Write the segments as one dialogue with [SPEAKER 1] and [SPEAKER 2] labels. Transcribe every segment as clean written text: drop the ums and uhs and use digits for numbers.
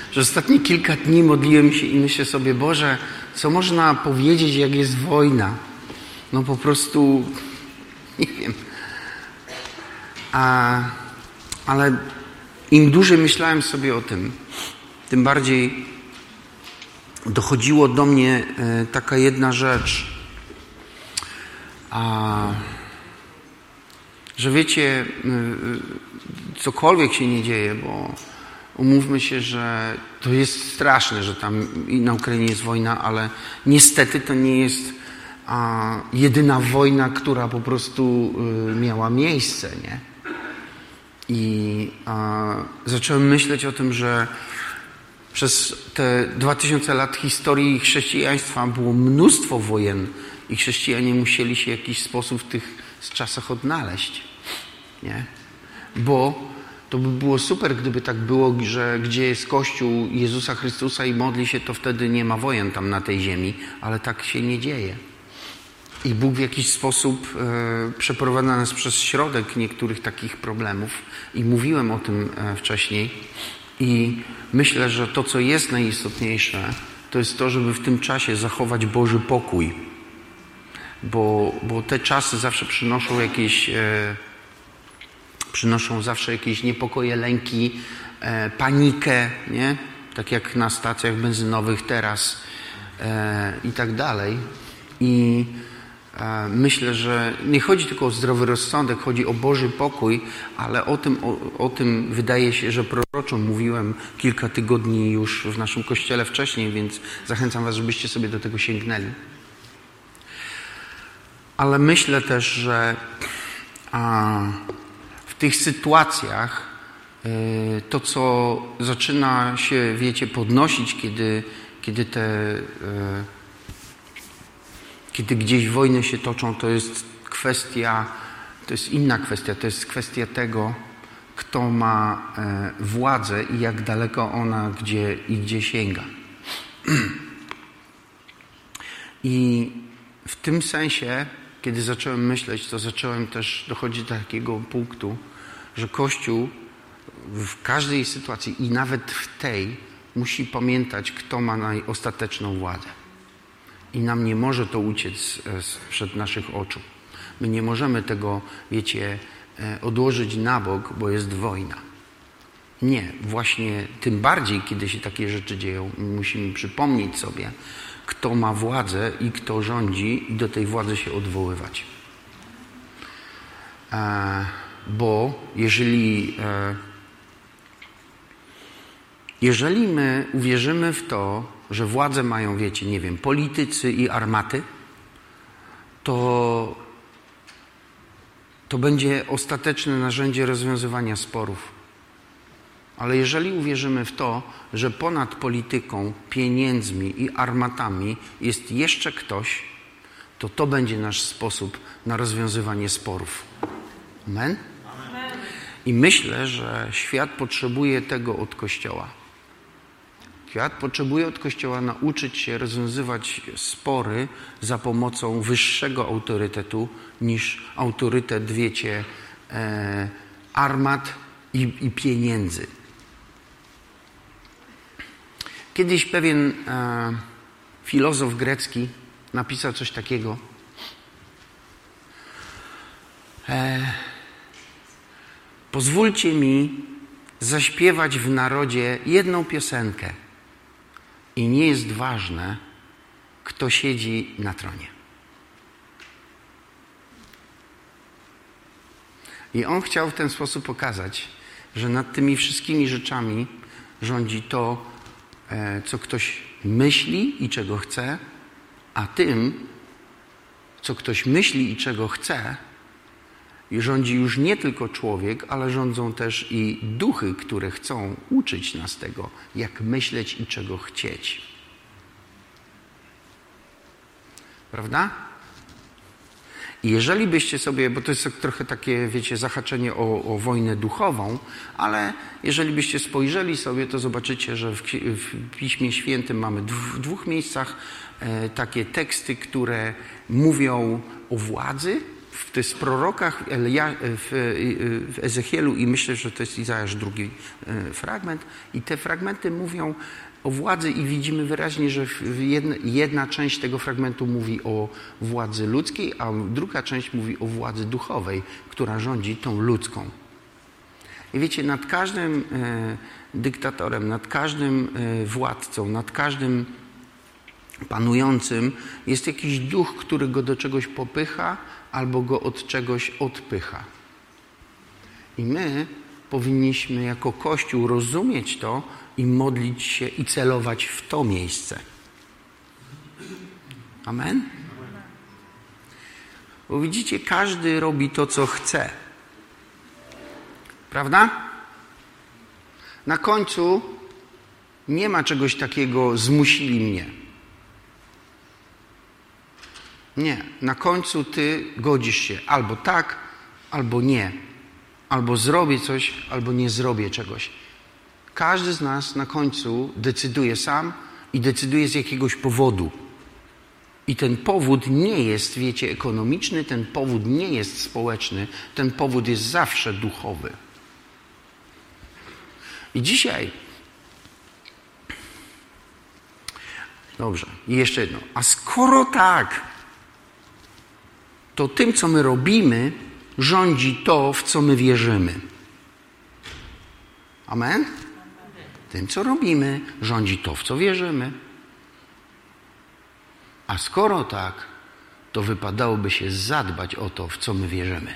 [SPEAKER 1] że ostatnie kilka dni modliłem się i myślę sobie, Boże, co można powiedzieć, jak jest wojna? No po prostu, nie wiem. Ale im dłużej myślałem sobie o tym, tym bardziej dochodziło do mnie taka jedna rzecz, że wiecie, cokolwiek się nie dzieje, bo umówmy się, że to jest straszne, że tam na Ukrainie jest wojna, ale niestety to nie jest jedyna wojna, która po prostu miała miejsce, nie? I zacząłem myśleć o tym, że przez te 2000 lat historii chrześcijaństwa było mnóstwo wojen i chrześcijanie musieli się w jakiś sposób w tych czasach odnaleźć, nie? Bo to by było super, gdyby tak było, że gdzie jest Kościół Jezusa Chrystusa i modli się, to wtedy nie ma wojen tam na tej ziemi, ale tak się nie dzieje. I Bóg w jakiś sposób przeprowadza nas przez środek niektórych takich problemów i mówiłem o tym wcześniej i myślę, że to, co jest najistotniejsze, to jest to, żeby w tym czasie zachować Boży pokój, bo te czasy zawsze przynoszą zawsze jakieś niepokoje, lęki, panikę, nie? Tak jak na stacjach benzynowych teraz i tak dalej. I myślę, że nie chodzi tylko o zdrowy rozsądek, chodzi o Boży pokój, ale o tym wydaje się, że proroczo mówiłem kilka tygodni już w naszym kościele wcześniej, więc zachęcam was, żebyście sobie do tego sięgnęli. Ale myślę też, że w tych sytuacjach to, co zaczyna się, wiecie, podnosić, kiedy gdzieś wojny się toczą, to jest inna kwestia, to jest kwestia tego, kto ma władzę i jak daleko ona gdzie sięga. I w tym sensie, kiedy zacząłem myśleć, to zacząłem też dochodzić do takiego punktu, że Kościół w każdej sytuacji i nawet w tej musi pamiętać, kto ma ostateczną władzę. I nam nie może to uciec sprzed naszych oczu. My nie możemy tego, wiecie, odłożyć na bok, bo jest wojna. Nie, właśnie tym bardziej, kiedy się takie rzeczy dzieją, musimy przypomnieć sobie, kto ma władzę i kto rządzi i do tej władzy się odwoływać. Bo jeżeli my uwierzymy w to, że władzę mają, wiecie, nie wiem, politycy i armaty, to będzie ostateczne narzędzie rozwiązywania sporów. Ale jeżeli uwierzymy w to, że ponad polityką, pieniędzmi i armatami jest jeszcze ktoś, to będzie nasz sposób na rozwiązywanie sporów. Amen? Amen. I myślę, że świat potrzebuje tego od Kościoła. Świat potrzebuje od Kościoła nauczyć się rozwiązywać spory za pomocą wyższego autorytetu niż autorytet, wiecie, armat i pieniędzy. Kiedyś pewien filozof grecki napisał coś takiego. Pozwólcie mi zaśpiewać w narodzie jedną piosenkę i nie jest ważne, kto siedzi na tronie. I on chciał w ten sposób pokazać, że nad tymi wszystkimi rzeczami rządzi to, co ktoś myśli i czego chce, a tym, co ktoś myśli i czego chce, rządzi już nie tylko człowiek, ale rządzą też i duchy, które chcą uczyć nas tego, jak myśleć i czego chcieć. Prawda? I jeżeli byście sobie, bo to jest trochę takie, wiecie, zahaczenie o wojnę duchową, ale jeżeli byście spojrzeli sobie, to zobaczycie, że w Piśmie Świętym mamy w dwóch miejscach takie teksty, które mówią o władzy, to jest w prorokach, w Ezechielu i myślę, że to jest Izajasz drugi fragment i te fragmenty mówią o władzy i widzimy wyraźnie, że jedna część tego fragmentu mówi o władzy ludzkiej, a druga część mówi o władzy duchowej, która rządzi tą ludzką. I wiecie, nad każdym dyktatorem, nad każdym władcą, nad każdym panującym jest jakiś duch, który go do czegoś popycha albo go od czegoś odpycha. I my powinniśmy jako Kościół rozumieć to i modlić się i celować w to miejsce. Amen? Bo widzicie, każdy robi to, co chce. Prawda? Na końcu nie ma czegoś takiego, zmusili mnie. Nie. Na końcu ty godzisz się albo tak, albo nie. Albo zrobię coś, albo nie zrobię czegoś. Każdy z nas na końcu decyduje sam i decyduje z jakiegoś powodu. I ten powód nie jest, wiecie, ekonomiczny, ten powód nie jest społeczny, ten powód jest zawsze duchowy. I dzisiaj... Dobrze, i jeszcze jedno. A skoro tak, to tym, co my robimy, rządzi to, w co my wierzymy. Amen? Tym, co robimy, rządzi to, w co wierzymy. A skoro tak, to wypadałoby się zadbać o to, w co my wierzymy.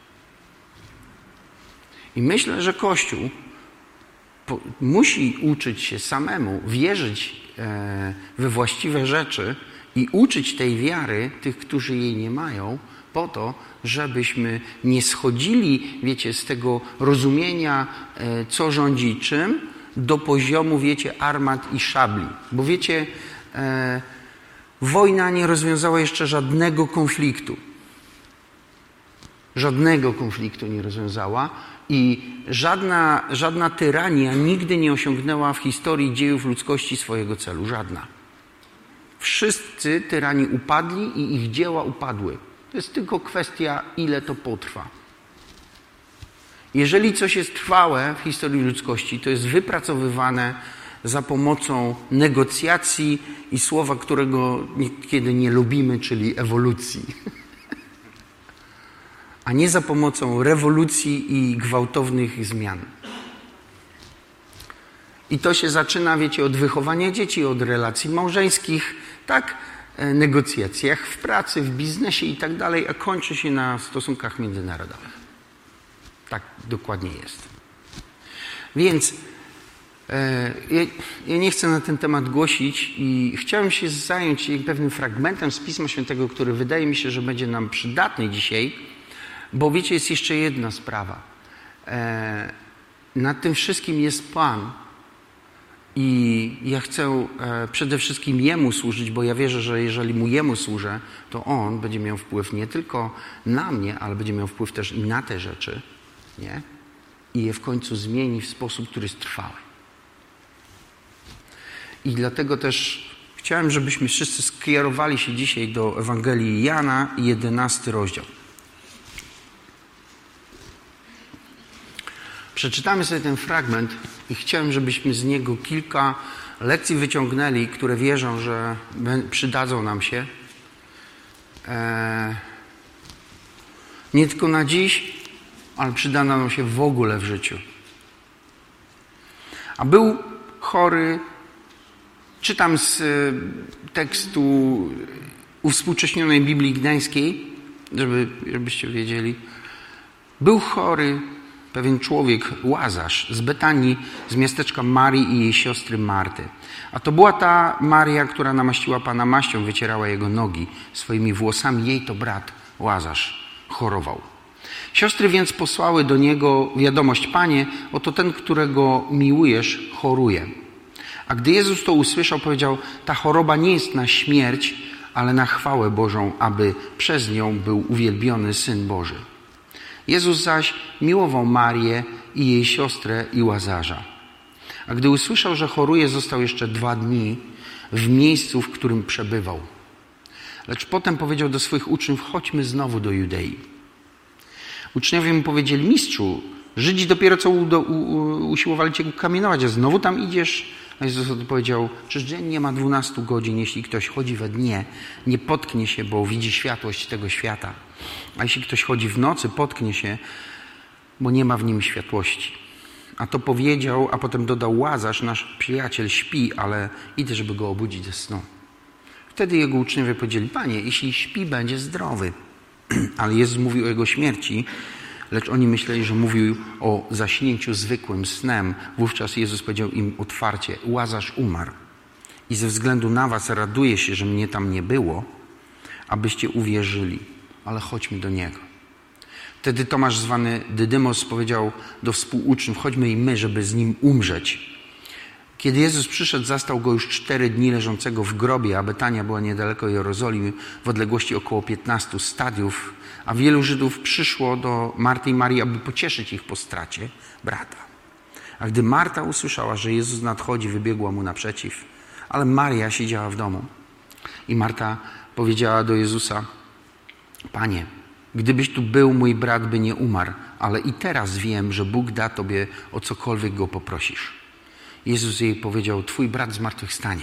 [SPEAKER 1] I myślę, że Kościół musi uczyć się samemu, wierzyć we właściwe rzeczy i uczyć tej wiary tych, którzy jej nie mają, po to, żebyśmy nie schodzili, wiecie, z tego rozumienia, co rządzi czym, do poziomu, wiecie, armat i szabli. Bo wiecie, wojna nie rozwiązała jeszcze żadnego konfliktu. Żadnego konfliktu nie rozwiązała i żadna tyrania nigdy nie osiągnęła w historii dziejów ludzkości swojego celu. Żadna. Wszyscy tyrani upadli i ich dzieła upadły. To jest tylko kwestia, ile to potrwa. Jeżeli coś jest trwałe w historii ludzkości, to jest wypracowywane za pomocą negocjacji i słowa, którego niekiedy nie lubimy, czyli ewolucji. A nie za pomocą rewolucji i gwałtownych zmian. I to się zaczyna, wiecie, od wychowania dzieci, od relacji małżeńskich, tak, negocjacjach w pracy, w biznesie i tak dalej, a kończy się na stosunkach międzynarodowych. Tak dokładnie jest. Więc ja nie chcę na ten temat głosić i chciałem się zająć pewnym fragmentem z Pisma Świętego, który wydaje mi się, że będzie nam przydatny dzisiaj, bo wiecie, jest jeszcze jedna sprawa. Nad tym wszystkim jest Pan i ja chcę przede wszystkim Jemu służyć, bo ja wierzę, że jeżeli Mu Jemu służę, to On będzie miał wpływ nie tylko na mnie, ale będzie miał wpływ też i na te rzeczy, nie? I je w końcu zmieni w sposób, który jest trwały. I dlatego też chciałem, żebyśmy wszyscy skierowali się dzisiaj do Ewangelii Jana, 11 rozdział. Przeczytamy sobie ten fragment i chciałem, żebyśmy z niego kilka lekcji wyciągnęli, które wierzą, że przydadzą nam się. Nie tylko na dziś, ale przyda nam się w ogóle w życiu. A był chory, czytam z tekstu uwspółcześnionej Biblii Gdańskiej, żebyście wiedzieli. Był chory pewien człowiek, Łazarz, z Betanii, z miasteczka Marii i jej siostry Marty. A to była ta Maria, która namaściła Pana maścią, wycierała jego nogi swoimi włosami. Jej to brat Łazarz chorował. Siostry więc posłały do niego wiadomość: Panie, oto ten, którego miłujesz, choruje. A gdy Jezus to usłyszał, powiedział: ta choroba nie jest na śmierć, ale na chwałę Bożą, aby przez nią był uwielbiony Syn Boży. Jezus zaś miłował Marię i jej siostrę i Łazarza. A gdy usłyszał, że choruje, został jeszcze 2 dni w miejscu, w którym przebywał. Lecz potem powiedział do swoich uczniów, chodźmy znowu do Judei. Uczniowie mu powiedzieli, mistrzu, Żydzi dopiero co usiłowali cię kamienować, a znowu tam idziesz? A Jezus odpowiedział, czyż dzień nie ma 12 godzin, jeśli ktoś chodzi we dnie, nie potknie się, bo widzi światłość tego świata. A jeśli ktoś chodzi w nocy, potknie się, bo nie ma w nim światłości. A to powiedział, a potem dodał, Łazarz, nasz przyjaciel, śpi, ale idę, żeby go obudzić ze snu. Wtedy jego uczniowie powiedzieli, Panie, jeśli śpi, będzie zdrowy. Ale Jezus mówił o jego śmierci, lecz oni myśleli, że mówił o zaśnięciu zwykłym snem. Wówczas Jezus powiedział im otwarcie, Łazarz umarł. I ze względu na was raduję się, że mnie tam nie było, abyście uwierzyli. Ale chodźmy do Niego. Wtedy Tomasz zwany Dydymos powiedział do współuczniów, chodźmy i my, żeby z Nim umrzeć. Kiedy Jezus przyszedł, zastał Go już 4 dni leżącego w grobie, a Betania była niedaleko Jerozolimy, w odległości około 15 stadiów, a wielu Żydów przyszło do Marty i Marii, aby pocieszyć ich po stracie brata. A gdy Marta usłyszała, że Jezus nadchodzi, wybiegła Mu naprzeciw, ale Maria siedziała w domu. I Marta powiedziała do Jezusa, Panie, gdybyś tu był, mój brat by nie umarł, ale i teraz wiem, że Bóg da Tobie o cokolwiek Go poprosisz. Jezus jej powiedział, Twój brat zmartwychwstanie.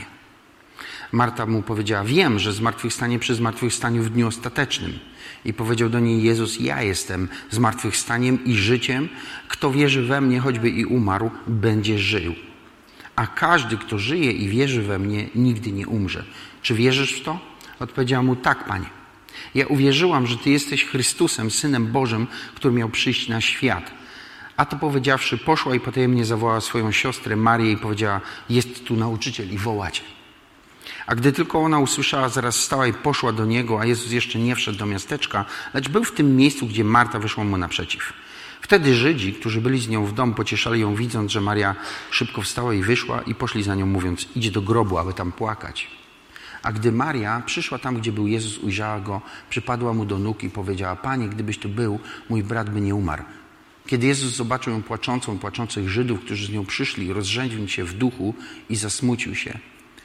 [SPEAKER 1] Marta mu powiedziała, wiem, że zmartwychwstanie przy zmartwychwstaniu w dniu ostatecznym. I powiedział do niej Jezus, ja jestem zmartwychwstaniem i życiem. Kto wierzy we mnie, choćby i umarł, będzie żył. A każdy, kto żyje i wierzy we mnie, nigdy nie umrze. Czy wierzysz w to? Odpowiedziała mu, tak, Panie. Ja uwierzyłam, że Ty jesteś Chrystusem, Synem Bożym, który miał przyjść na świat. A to powiedziawszy, poszła i potajemnie zawołała swoją siostrę Marię i powiedziała, jest tu nauczyciel i woła Cię. A gdy tylko ona usłyszała, zaraz wstała i poszła do Niego, a Jezus jeszcze nie wszedł do miasteczka, lecz był w tym miejscu, gdzie Marta wyszła Mu naprzeciw. Wtedy Żydzi, którzy byli z nią w domu, pocieszali ją, widząc, że Maria szybko wstała i wyszła i poszli za nią, mówiąc, idź do grobu, aby tam płakać. A gdy Maria przyszła tam, gdzie był Jezus, ujrzała Go, przypadła Mu do nóg i powiedziała, Panie, gdybyś tu był, mój brat by nie umarł. Kiedy Jezus zobaczył ją płaczących Żydów, którzy z nią przyszli, rozrzędził się w duchu i zasmucił się.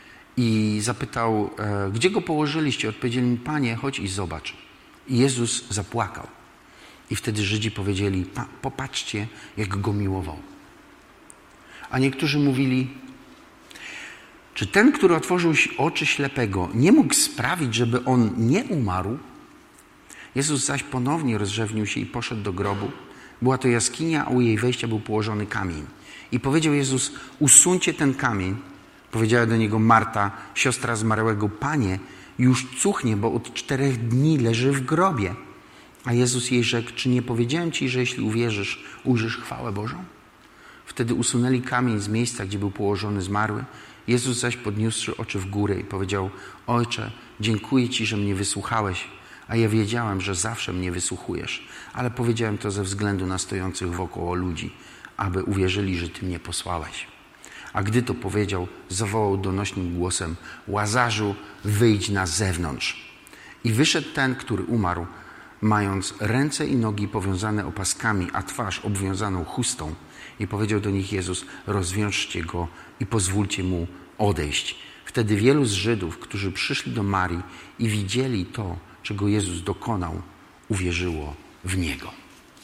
[SPEAKER 1] I zapytał, gdzie Go położyliście? Odpowiedzieli mu, Panie, chodź i zobacz. I Jezus zapłakał. I wtedy Żydzi powiedzieli, popatrzcie, jak Go miłował. A niektórzy mówili, czy ten, który otworzył oczy ślepego, nie mógł sprawić, żeby on nie umarł? Jezus zaś ponownie rozrzewnił się i poszedł do grobu. Była to jaskinia, a u jej wejścia był położony kamień. I powiedział Jezus, usuńcie ten kamień. Powiedziała do Niego Marta, siostra zmarłego, Panie, już cuchnie, bo od 4 dni leży w grobie. A Jezus jej rzekł, czy nie powiedziałem Ci, że jeśli uwierzysz, ujrzysz chwałę Bożą? Wtedy usunęli kamień z miejsca, gdzie był położony zmarły. Jezus zaś podniósłszy oczy w górę i powiedział, Ojcze, dziękuję Ci, że mnie wysłuchałeś, a ja wiedziałem, że zawsze mnie wysłuchujesz, ale powiedziałem to ze względu na stojących wokoło ludzi, aby uwierzyli, że Ty mnie posłałeś. A gdy to powiedział, zawołał donośnym głosem, Łazarzu, wyjdź na zewnątrz. I wyszedł ten, który umarł, mając ręce i nogi powiązane opaskami, a twarz obwiązaną chustą. I powiedział do nich Jezus, rozwiążcie go i pozwólcie mu odejść. Wtedy wielu z Żydów, którzy przyszli do Marii i widzieli to, czego Jezus dokonał, uwierzyło w Niego.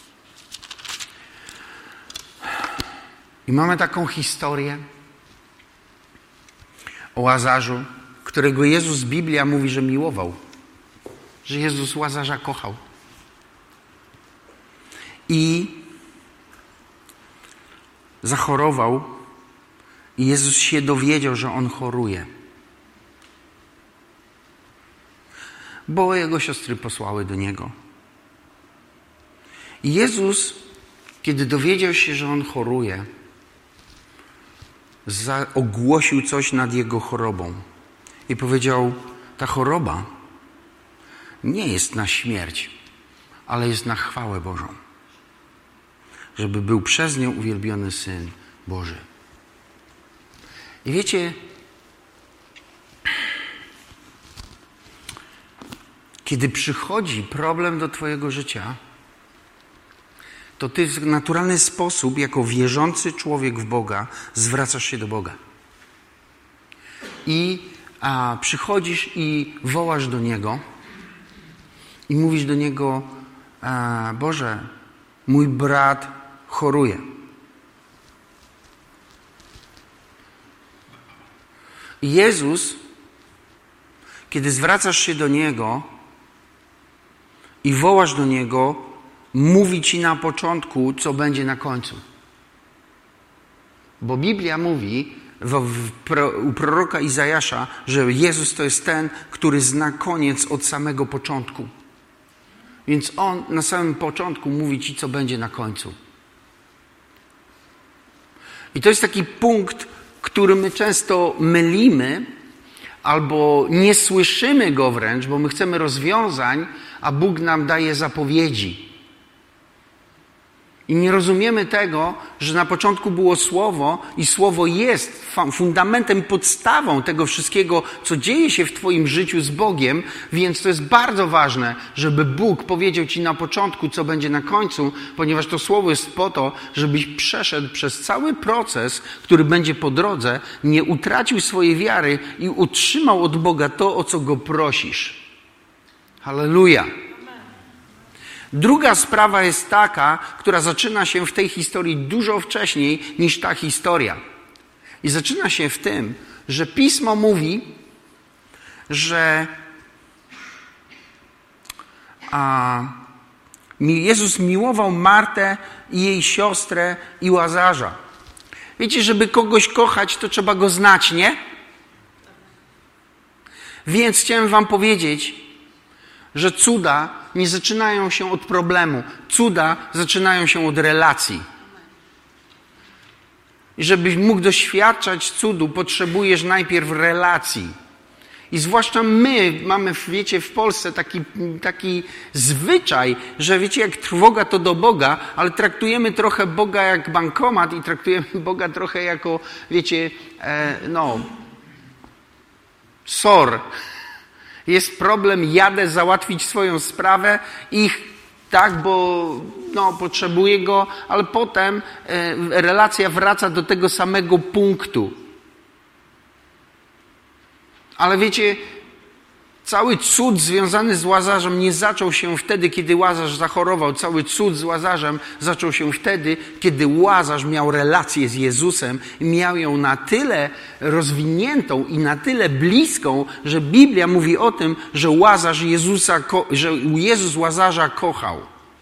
[SPEAKER 1] I mamy taką historię o Łazarzu, którego Jezus, Biblia mówi, że miłował. Że Jezus Łazarza kochał. I zachorował i Jezus się dowiedział, że on choruje. Bo jego siostry posłały do Niego. I Jezus, kiedy dowiedział się, że on choruje, ogłosił coś nad jego chorobą. I powiedział, ta choroba nie jest na śmierć, ale jest na chwałę Bożą. Żeby był przez nią uwielbiony Syn Boży. I wiecie, kiedy przychodzi problem do twojego życia, to ty w naturalny sposób, jako wierzący człowiek w Boga, zwracasz się do Boga. I a przychodzisz i wołasz do Niego i mówisz do Niego: Boże, mój brat choruje. I Jezus, kiedy zwracasz się do Niego i wołasz do Niego, mówi Ci na początku, co będzie na końcu. Bo Biblia mówi u proroka Izajasza, że Jezus to jest ten, który zna koniec od samego początku. Więc On na samym początku mówi Ci, co będzie na końcu. I to jest taki punkt, który my często mylimy, albo nie słyszymy go wręcz, bo my chcemy rozwiązań, a Bóg nam daje zapowiedzi. I nie rozumiemy tego, że na początku było Słowo i Słowo jest fundamentem, podstawą tego wszystkiego, co dzieje się w Twoim życiu z Bogiem, więc to jest bardzo ważne, żeby Bóg powiedział Ci na początku, co będzie na końcu, ponieważ to Słowo jest po to, żebyś przeszedł przez cały proces, który będzie po drodze, nie utracił swojej wiary i utrzymał od Boga to, o co Go prosisz. Halleluja! Druga sprawa jest taka, która zaczyna się w tej historii dużo wcześniej niż ta historia. I zaczyna się w tym, że Pismo mówi, że Jezus miłował Martę i jej siostrę i Łazarza. Wiecie, żeby kogoś kochać, to trzeba go znać, nie? Więc chciałem wam powiedzieć, że cuda nie zaczynają się od problemu. Cuda zaczynają się od relacji. I żebyś mógł doświadczać cudu, potrzebujesz najpierw relacji. I zwłaszcza my mamy, wiecie, w Polsce taki zwyczaj, że wiecie, jak trwoga to do Boga, ale traktujemy trochę Boga jak bankomat i traktujemy Boga trochę jako, wiecie, SOR. Jest problem, jadę załatwić swoją sprawę i tak, bo potrzebuję go, ale potem relacja wraca do tego samego punktu. Ale wiecie, cały cud związany z Łazarzem nie zaczął się wtedy, kiedy Łazarz zachorował. Cały cud z Łazarzem zaczął się wtedy, kiedy Łazarz miał relację z Jezusem i miał ją na tyle rozwiniętą i na tyle bliską, że Biblia mówi o tym, że że Jezus Łazarza kochał.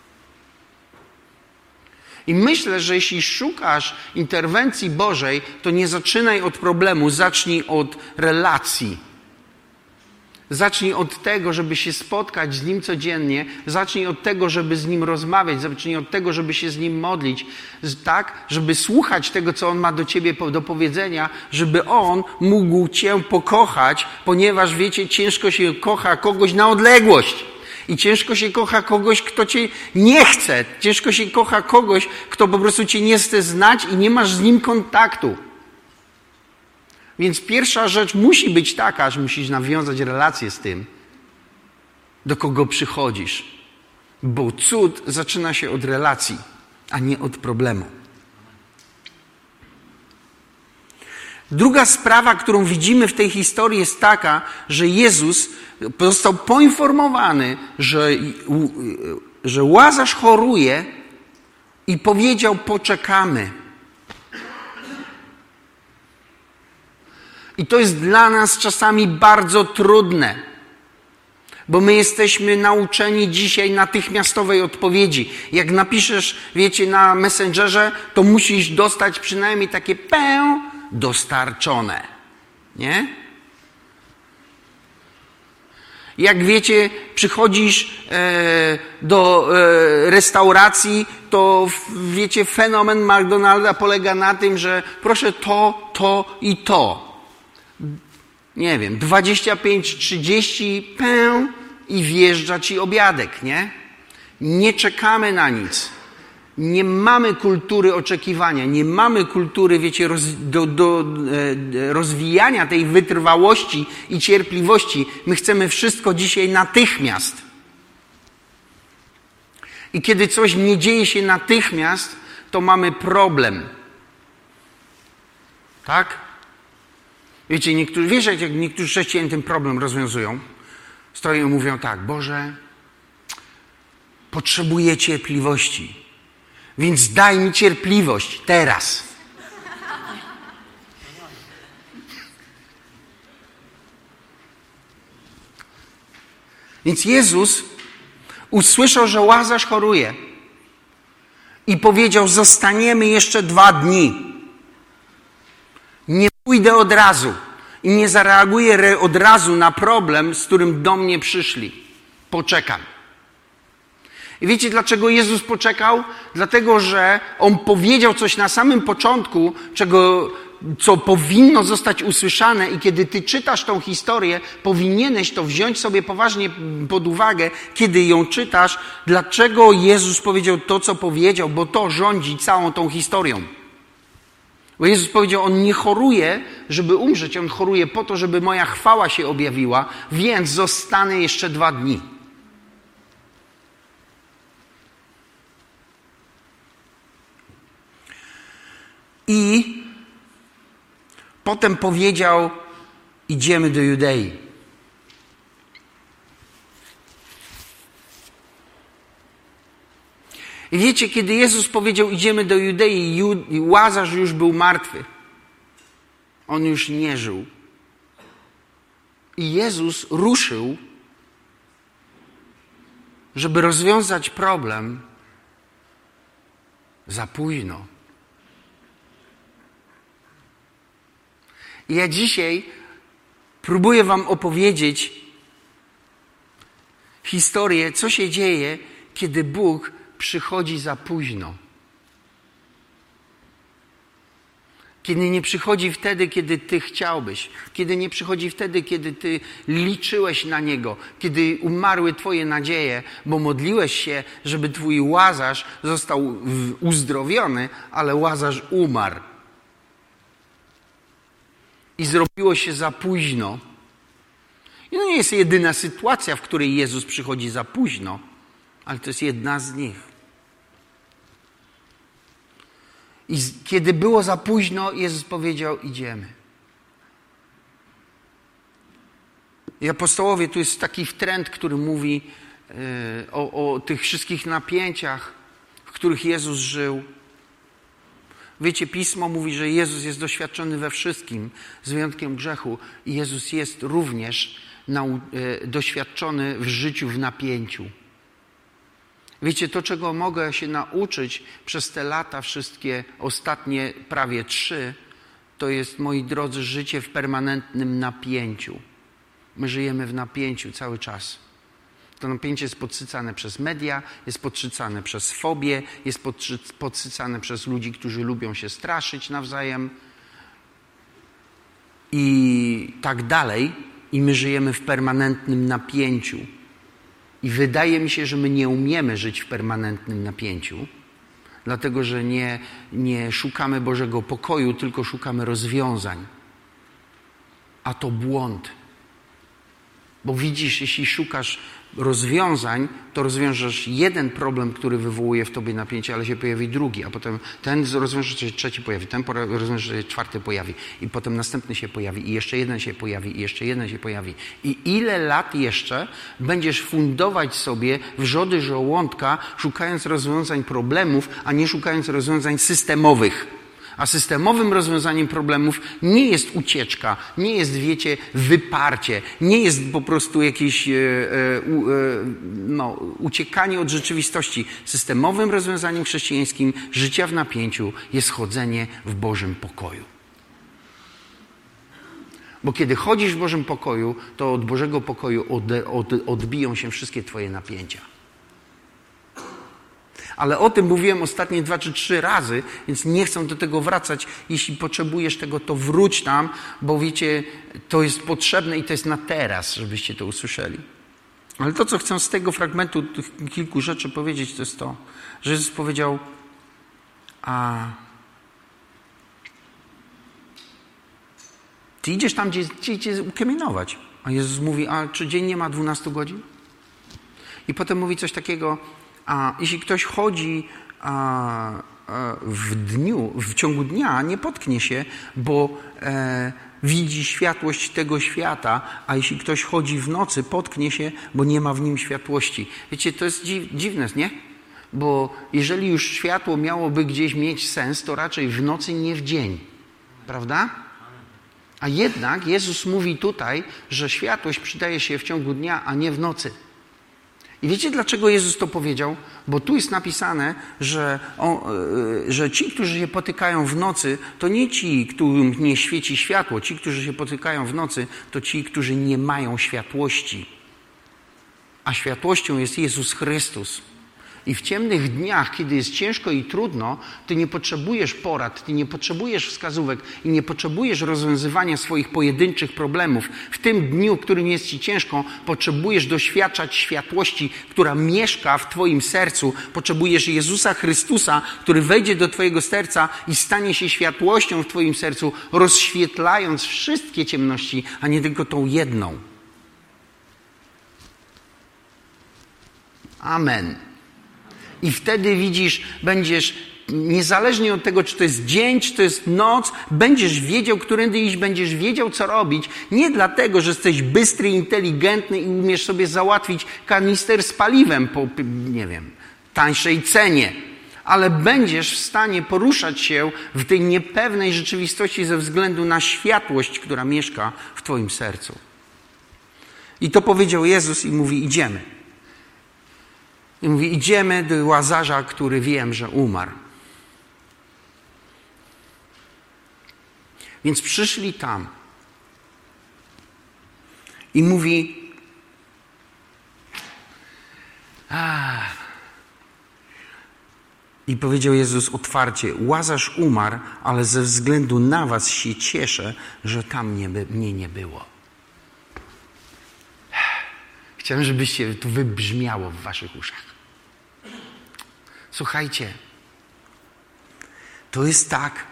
[SPEAKER 1] I myślę, że jeśli szukasz interwencji Bożej, to nie zaczynaj od problemu, zacznij od relacji. Zacznij od tego, żeby się spotkać z Nim codziennie. Zacznij od tego, żeby z Nim rozmawiać. Zacznij od tego, żeby się z Nim modlić. Tak, żeby słuchać tego, co On ma do ciebie do powiedzenia, żeby On mógł cię pokochać, ponieważ, wiecie, ciężko się kocha kogoś na odległość. I ciężko się kocha kogoś, kto cię nie chce. Ciężko się kocha kogoś, kto po prostu cię nie chce znać i nie masz z nim kontaktu. Więc pierwsza rzecz musi być taka, że musisz nawiązać relację z tym, do kogo przychodzisz. Bo cud zaczyna się od relacji, a nie od problemu. Druga sprawa, którą widzimy w tej historii, jest taka, że Jezus został poinformowany, że Łazarz choruje i powiedział: poczekamy. I to jest dla nas czasami bardzo trudne, bo my jesteśmy nauczeni dzisiaj natychmiastowej odpowiedzi. Jak napiszesz, wiecie, na Messengerze, to musisz dostać przynajmniej takie dostarczone. Nie? Jak wiecie, przychodzisz do restauracji, to wiecie, fenomen McDonalda polega na tym, że proszę to i to. Nie wiem, 25-30 i wjeżdża ci obiadek, nie? Nie czekamy na nic. Nie mamy kultury oczekiwania, nie mamy kultury, wiecie, rozwijania tej wytrwałości i cierpliwości. My chcemy wszystko dzisiaj natychmiast. I kiedy coś nie dzieje się natychmiast, to mamy problem. Tak? Wiecie, jak niektórzy chrześcijanie ten problem rozwiązują? Stoją i mówią tak: Boże, potrzebuję cierpliwości, więc daj mi cierpliwość teraz. Więc Jezus usłyszał, że Łazarz choruje i powiedział: zostaniemy jeszcze 2 dni. Nie pójdę od razu i nie zareaguję od razu na problem, z którym do mnie przyszli. Poczekam. I wiecie, dlaczego Jezus poczekał? Dlatego, że On powiedział coś na samym początku, co powinno zostać usłyszane, i kiedy ty czytasz tą historię, powinieneś to wziąć sobie poważnie pod uwagę, kiedy ją czytasz, dlaczego Jezus powiedział to, co powiedział, bo to rządzi całą tą historią. Bo Jezus powiedział: On nie choruje, żeby umrzeć, On choruje po to, żeby moja chwała się objawiła, więc zostanę jeszcze 2 dni. I potem powiedział: idziemy do Judei. I wiecie, kiedy Jezus powiedział: idziemy do Judei, Łazarz już był martwy. On już nie żył. I Jezus ruszył, żeby rozwiązać problem, za późno. I ja dzisiaj próbuję wam opowiedzieć historię, co się dzieje, kiedy Bóg przychodzi za późno. Kiedy nie przychodzi wtedy, kiedy ty chciałbyś. Kiedy nie przychodzi wtedy, kiedy ty liczyłeś na Niego. Kiedy umarły twoje nadzieje, bo modliłeś się, żeby twój Łazarz został uzdrowiony, ale Łazarz umarł. I zrobiło się za późno. I to nie jest jedyna sytuacja, w której Jezus przychodzi za późno, ale to jest jedna z nich. I kiedy było za późno, Jezus powiedział: idziemy. I apostołowie, tu jest taki trend, który mówi o tych wszystkich napięciach, w których Jezus żył. Wiecie, Pismo mówi, że Jezus jest doświadczony we wszystkim, z wyjątkiem grzechu. I Jezus jest również doświadczony w życiu w napięciu. Wiecie, to, czego mogę się nauczyć przez te lata, wszystkie ostatnie prawie 3, to jest, moi drodzy, życie w permanentnym napięciu. My żyjemy w napięciu cały czas. To napięcie jest podsycane przez media, jest podsycane przez fobię, jest podsycane przez ludzi, którzy lubią się straszyć nawzajem i tak dalej. I my żyjemy w permanentnym napięciu. I wydaje mi się, że my nie umiemy żyć w permanentnym napięciu, dlatego że nie szukamy Bożego pokoju, tylko szukamy rozwiązań. A to błąd. Bo widzisz, jeśli szukasz rozwiązań, to rozwiążesz jeden problem, który wywołuje w tobie napięcie, ale się pojawi drugi, a potem ten rozwiąże się, trzeci pojawi, ten rozwiąże się, czwarty pojawi i potem następny się pojawi i jeszcze jeden się pojawi i jeszcze jeden się pojawi. I ile lat jeszcze będziesz fundować sobie wrzody żołądka, szukając rozwiązań problemów, a nie szukając rozwiązań systemowych. A systemowym rozwiązaniem problemów nie jest ucieczka, nie jest, wiecie, wyparcie, nie jest po prostu jakieś uciekanie od rzeczywistości. Systemowym rozwiązaniem chrześcijańskim życia w napięciu jest chodzenie w Bożym pokoju. Bo kiedy chodzisz w Bożym pokoju, to od Bożego pokoju odbiją się wszystkie twoje napięcia. Ale o tym mówiłem ostatnie 2 czy 3 razy, więc nie chcę do tego wracać. Jeśli potrzebujesz tego, to wróć tam, bo wiecie, to jest potrzebne i to jest na teraz, żebyście to usłyszeli. Ale to, co chcę z tego fragmentu, tych kilku rzeczy powiedzieć, to jest to, że Jezus powiedział: ty idziesz tam, gdzie idzie ukamienować. A Jezus mówi: a czy dzień nie ma 12 godzin? I potem mówi coś takiego: jeśli ktoś chodzi w ciągu dnia nie potknie się, bo widzi światłość tego świata, a jeśli ktoś chodzi w nocy, potknie się, bo nie ma w nim światłości. Wiecie, to jest dziwne, nie? Bo jeżeli już światło miałoby gdzieś mieć sens, to raczej w nocy, nie w dzień. Prawda? A jednak Jezus mówi tutaj, że światłość przydaje się w ciągu dnia, a nie w nocy. I wiecie, dlaczego Jezus to powiedział? Bo tu jest napisane, że ci, którzy się potykają w nocy, to nie ci, którym nie świeci światło. Ci, którzy się potykają w nocy, to ci, którzy nie mają światłości. A światłością jest Jezus Chrystus. I w ciemnych dniach, kiedy jest ciężko i trudno, ty nie potrzebujesz porad, ty nie potrzebujesz wskazówek i nie potrzebujesz rozwiązywania swoich pojedynczych problemów. W tym dniu, w którym jest ci ciężko, potrzebujesz doświadczać światłości, która mieszka w twoim sercu. Potrzebujesz Jezusa Chrystusa, który wejdzie do twojego serca i stanie się światłością w twoim sercu, rozświetlając wszystkie ciemności, a nie tylko tą jedną. Amen. I wtedy widzisz, będziesz, niezależnie od tego, czy to jest dzień, czy to jest noc, będziesz wiedział, którędy iść, będziesz wiedział, co robić. Nie dlatego, że jesteś bystry, inteligentny i umiesz sobie załatwić kanister z paliwem po, nie wiem, tańszej cenie. Ale będziesz w stanie poruszać się w tej niepewnej rzeczywistości ze względu na światłość, która mieszka w twoim sercu. I to powiedział Jezus i mówi, idziemy. I mówi, idziemy do Łazarza, który wiem, że umarł. Więc przyszli tam. I mówi, i powiedział Jezus otwarcie, Łazarz umarł, ale ze względu na was się cieszę, że tam mnie nie było. Chciałem, żebyście to wybrzmiało w waszych uszach. Słuchajcie, to jest tak,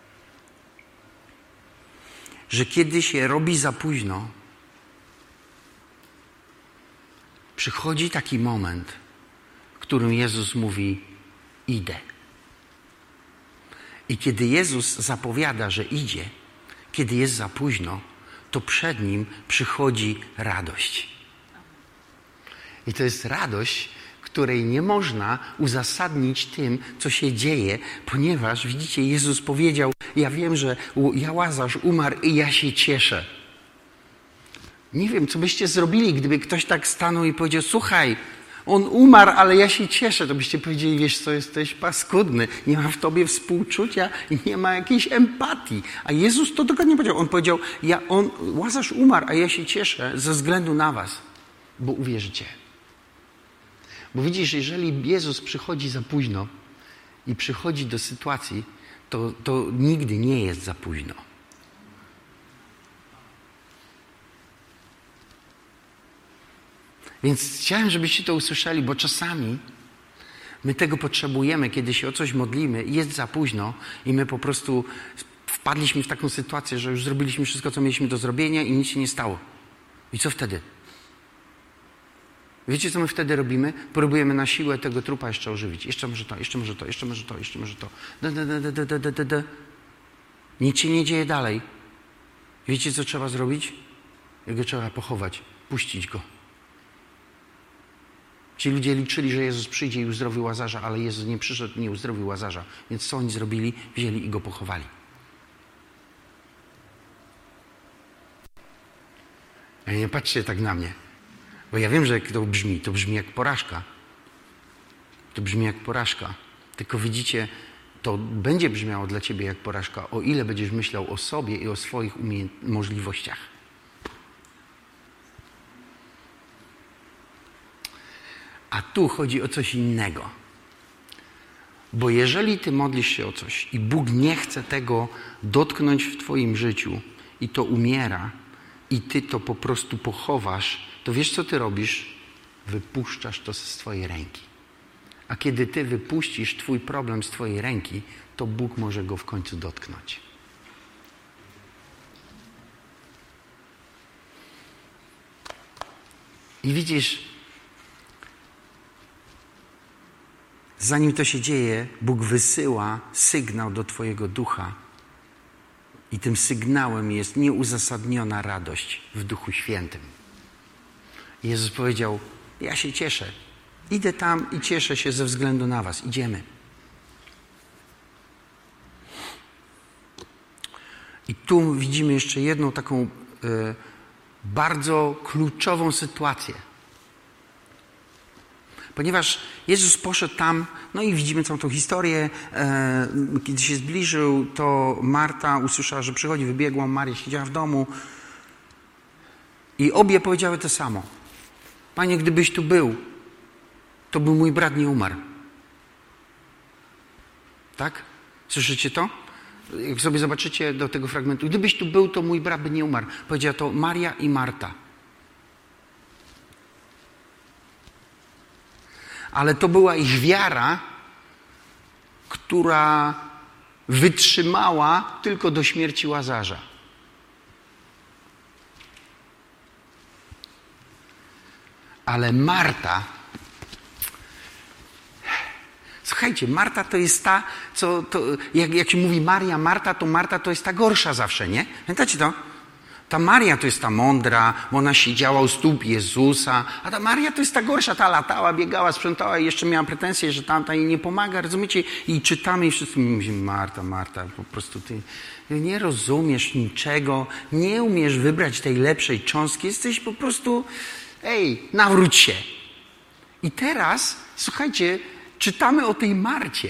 [SPEAKER 1] że kiedy się robi za późno, przychodzi taki moment, w którym Jezus mówi, idę. I kiedy Jezus zapowiada, że idzie, kiedy jest za późno, to przed Nim przychodzi radość. I to jest radość, której nie można uzasadnić tym, co się dzieje, ponieważ, widzicie, Jezus powiedział, ja wiem, że Łazarz umarł i ja się cieszę. Nie wiem, co byście zrobili, gdyby ktoś tak stanął i powiedział, słuchaj, on umarł, ale ja się cieszę. To byście powiedzieli, wiesz co, jesteś paskudny, nie ma w tobie współczucia i nie ma jakiejś empatii. A Jezus to dokładnie powiedział. On powiedział, Łazarz umarł, a ja się cieszę ze względu na was, bo uwierzycie. Bo widzisz, jeżeli Jezus przychodzi za późno i przychodzi do sytuacji, to nigdy nie jest za późno. Więc chciałem, żebyście to usłyszeli, bo czasami my tego potrzebujemy, kiedy się o coś modlimy i jest za późno i my po prostu wpadliśmy w taką sytuację, że już zrobiliśmy wszystko, co mieliśmy do zrobienia i nic się nie stało. I co wtedy? Wiecie, co my wtedy robimy? Próbujemy na siłę tego trupa jeszcze ożywić. Jeszcze może to, jeszcze może to, jeszcze może to, jeszcze może to. Nic się nie dzieje dalej. Wiecie, co trzeba zrobić? Jego trzeba pochować, puścić go. Ci ludzie liczyli, że Jezus przyjdzie i uzdrowi Łazarza, ale Jezus nie przyszedł i nie uzdrowił Łazarza. Więc co oni zrobili? Wzięli i go pochowali. Nie patrzcie tak na mnie. Bo ja wiem, że jak to brzmi jak porażka. To brzmi jak porażka. Tylko widzicie, to będzie brzmiało dla ciebie jak porażka, o ile będziesz myślał o sobie i o swoich możliwościach. A tu chodzi o coś innego. Bo jeżeli ty modlisz się o coś i Bóg nie chce tego dotknąć w twoim życiu i to umiera i ty to po prostu pochowasz, to wiesz, co ty robisz? Wypuszczasz to z swojej ręki. A kiedy ty wypuścisz twój problem z twojej ręki, to Bóg może go w końcu dotknąć. I widzisz, zanim to się dzieje, Bóg wysyła sygnał do twojego ducha. I tym sygnałem jest nieuzasadniona radość w Duchu Świętym. Jezus powiedział, ja się cieszę. Idę tam i cieszę się ze względu na was. Idziemy. I tu widzimy jeszcze jedną taką bardzo kluczową sytuację. Ponieważ Jezus poszedł tam, no i widzimy całą tą historię. Kiedy się zbliżył, to Marta usłyszała, że przychodzi, wybiegła, Maria siedziała w domu. I obie powiedziały to samo. Panie, gdybyś tu był, to by mój brat nie umarł. Tak? Słyszycie to? Jak sobie zobaczycie do tego fragmentu. Gdybyś tu był, to mój brat by nie umarł. Powiedziała to Maria i Marta. Ale to była ich wiara, która wytrzymała tylko do śmierci Łazarza. Ale Marta, słuchajcie, Marta to jest ta, jak się mówi Maria, Marta to jest ta gorsza zawsze, nie? Pamiętacie to? Ta Maria to jest ta mądra, bo ona siedziała u stóp Jezusa, a ta Maria to jest ta gorsza, ta latała, biegała, sprzątała i jeszcze miała pretensje, że tamta jej nie pomaga, rozumiecie? I czytamy i wszyscy mówimy, Marta, po prostu ty nie rozumiesz niczego, nie umiesz wybrać tej lepszej cząstki, jesteś po prostu, nawróć się. I teraz, słuchajcie, czytamy o tej Marcie.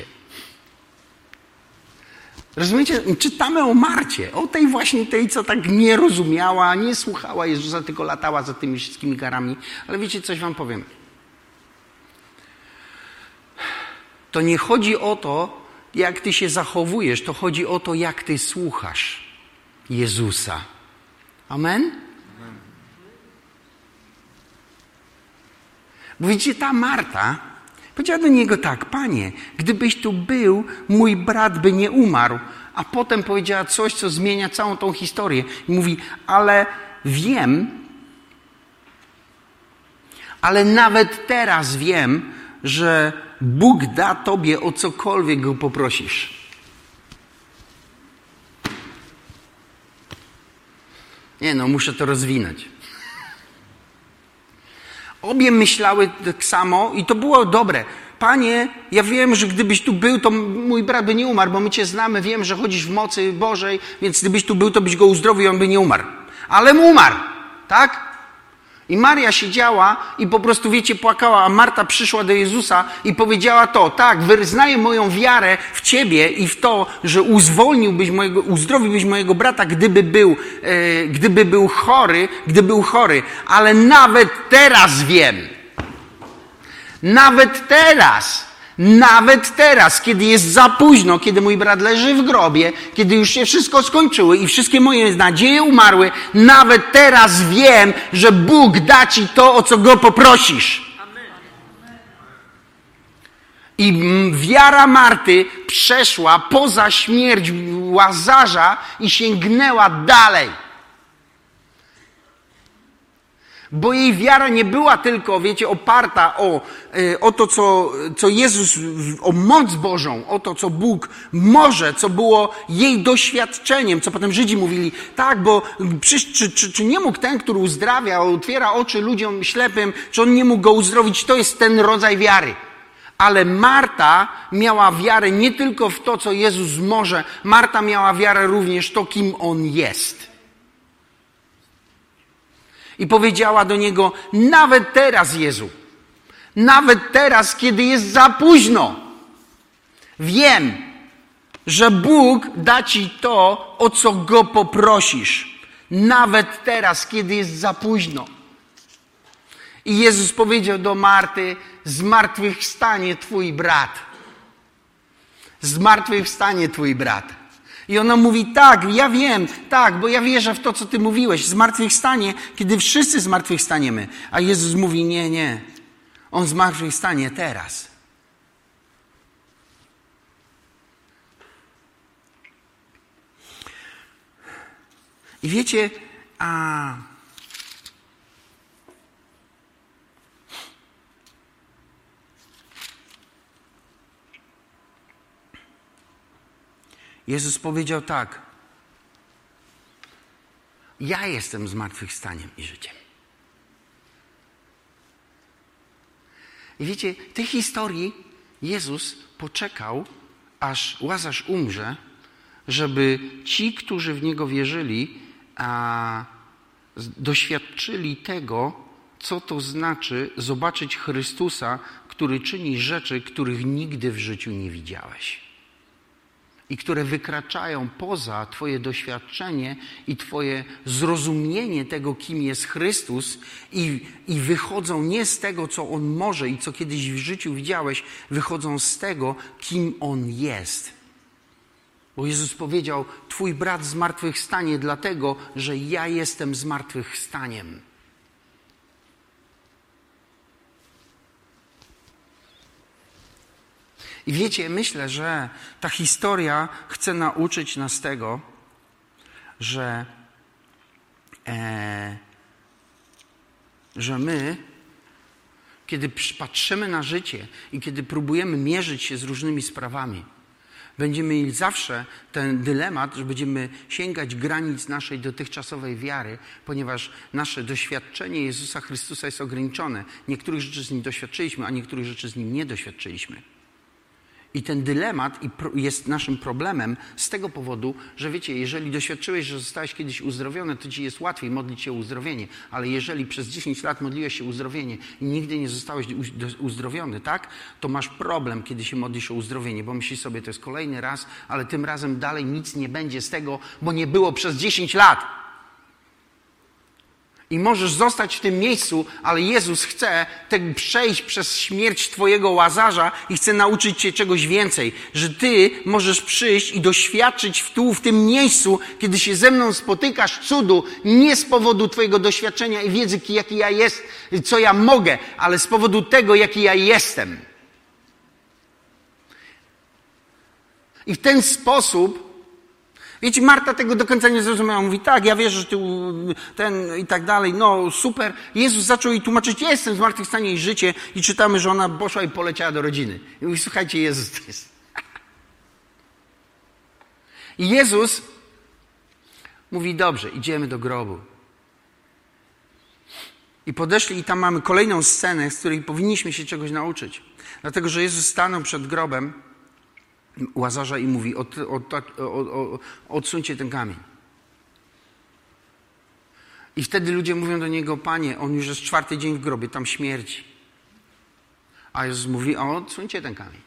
[SPEAKER 1] Rozumiecie? Czytamy o Marcie, o tej właśnie tej, co tak nie rozumiała, nie słuchała Jezusa, tylko latała za tymi wszystkimi karami. Ale wiecie, coś wam powiem. To nie chodzi o to, jak ty się zachowujesz, to chodzi o to, jak ty słuchasz Jezusa. Amen? Bo widzicie, ta Marta powiedziała do niego tak, Panie, gdybyś tu był, mój brat by nie umarł. A potem powiedziała coś, co zmienia całą tą historię. I mówi, ale wiem, ale nawet teraz wiem, że Bóg da tobie o cokolwiek go poprosisz. Nie no, muszę to rozwinąć. Obie myślały tak samo i to było dobre. Panie, ja wiem, że gdybyś tu był, to mój brat by nie umarł, bo my Cię znamy, wiem, że chodzisz w mocy Bożej, więc gdybyś tu był, to byś go uzdrowił, on by nie umarł. Ale mu umarł, tak? I Maria siedziała i po prostu, wiecie, płakała, a Marta przyszła do Jezusa i powiedziała to, tak, wyznaję moją wiarę w Ciebie i w to, że uzdrowiłbyś mojego brata, gdyby był chory, ale nawet teraz wiem, nawet teraz, kiedy jest za późno, kiedy mój brat leży w grobie, kiedy już się wszystko skończyło i wszystkie moje nadzieje umarły, nawet teraz wiem, że Bóg da Ci to, o co Go poprosisz. I wiara Marty przeszła poza śmierć Łazarza i sięgnęła dalej. Bo jej wiara nie była tylko, wiecie, oparta o to, co Jezus, o moc Bożą, o to, co Bóg może, co było jej doświadczeniem, co potem Żydzi mówili, tak, bo czy nie mógł ten, który uzdrawia, otwiera oczy ludziom ślepym, czy on nie mógł go uzdrowić, to jest ten rodzaj wiary. Ale Marta miała wiarę nie tylko w to, co Jezus może, Marta miała wiarę również w to, kim On jest. I powiedziała do Niego, nawet teraz, Jezu, nawet teraz, kiedy jest za późno, wiem, że Bóg da Ci to, o co Go poprosisz. Nawet teraz, kiedy jest za późno. I Jezus powiedział do Marty, zmartwychwstanie Twój brat. Zmartwychwstanie Twój brat. I ona mówi, tak, ja wiem, tak, bo ja wierzę w to, co Ty mówiłeś. Zmartwychwstanie, kiedy wszyscy zmartwychwstaniemy. A Jezus mówi, nie. On zmartwychwstanie teraz. I wiecie, Jezus powiedział tak: ja jestem zmartwychwstaniem i życiem. I wiecie, w tej historii Jezus poczekał, aż Łazarz umrze, żeby ci, którzy w Niego wierzyli, doświadczyli tego, co to znaczy zobaczyć Chrystusa, który czyni rzeczy, których nigdy w życiu nie widziałeś. I które wykraczają poza Twoje doświadczenie i Twoje zrozumienie tego, kim jest Chrystus i wychodzą nie z tego, co On może i co kiedyś w życiu widziałeś, wychodzą z tego, kim On jest. Bo Jezus powiedział: Twój brat zmartwychwstanie dlatego, że ja jestem zmartwychwstaniem. I wiecie, myślę, że ta historia chce nauczyć nas tego, że my, kiedy patrzymy na życie i kiedy próbujemy mierzyć się z różnymi sprawami, będziemy mieli zawsze ten dylemat, że będziemy sięgać granic naszej dotychczasowej wiary, ponieważ nasze doświadczenie Jezusa Chrystusa jest ograniczone. Niektórych rzeczy z Nim doświadczyliśmy, a niektórych rzeczy z Nim nie doświadczyliśmy. I ten dylemat jest naszym problemem z tego powodu, że wiecie, jeżeli doświadczyłeś, że zostałeś kiedyś uzdrowiony, to ci jest łatwiej modlić się o uzdrowienie. Ale jeżeli przez 10 lat modliłeś się o uzdrowienie i nigdy nie zostałeś uzdrowiony, tak? To masz problem, kiedy się modlisz o uzdrowienie, bo myślisz sobie, to jest kolejny raz, ale tym razem dalej nic nie będzie z tego, bo nie było przez 10 lat. I możesz zostać w tym miejscu, ale Jezus chce przejść przez śmierć Twojego Łazarza i chce nauczyć Cię czegoś więcej. Że Ty możesz przyjść i doświadczyć w tym miejscu, kiedy się ze mną spotykasz, cudu, nie z powodu Twojego doświadczenia i wiedzy, jaki ja jest, co ja mogę, ale z powodu tego, jaki ja jestem. I w ten sposób, wiecie, Marta tego do końca nie zrozumiała. Mówi: tak, ja wierzę, że ty ten i tak dalej. No super. Jezus zaczął jej tłumaczyć: ja jestem zmartwychwstanie i życie. I czytamy, że ona poszła i poleciała do rodziny. I mówi: słuchajcie, Jezus to jest. I Jezus mówi: dobrze, idziemy do grobu. I podeszli i tam mamy kolejną scenę, z której powinniśmy się czegoś nauczyć. Dlatego, że Jezus stanął przed grobem Łazarza i mówi: odsuńcie ten kamień. I wtedy ludzie mówią do Niego: Panie, on już jest 4. dzień w grobie, tam śmierci. A Jezus mówi: odsuńcie ten kamień.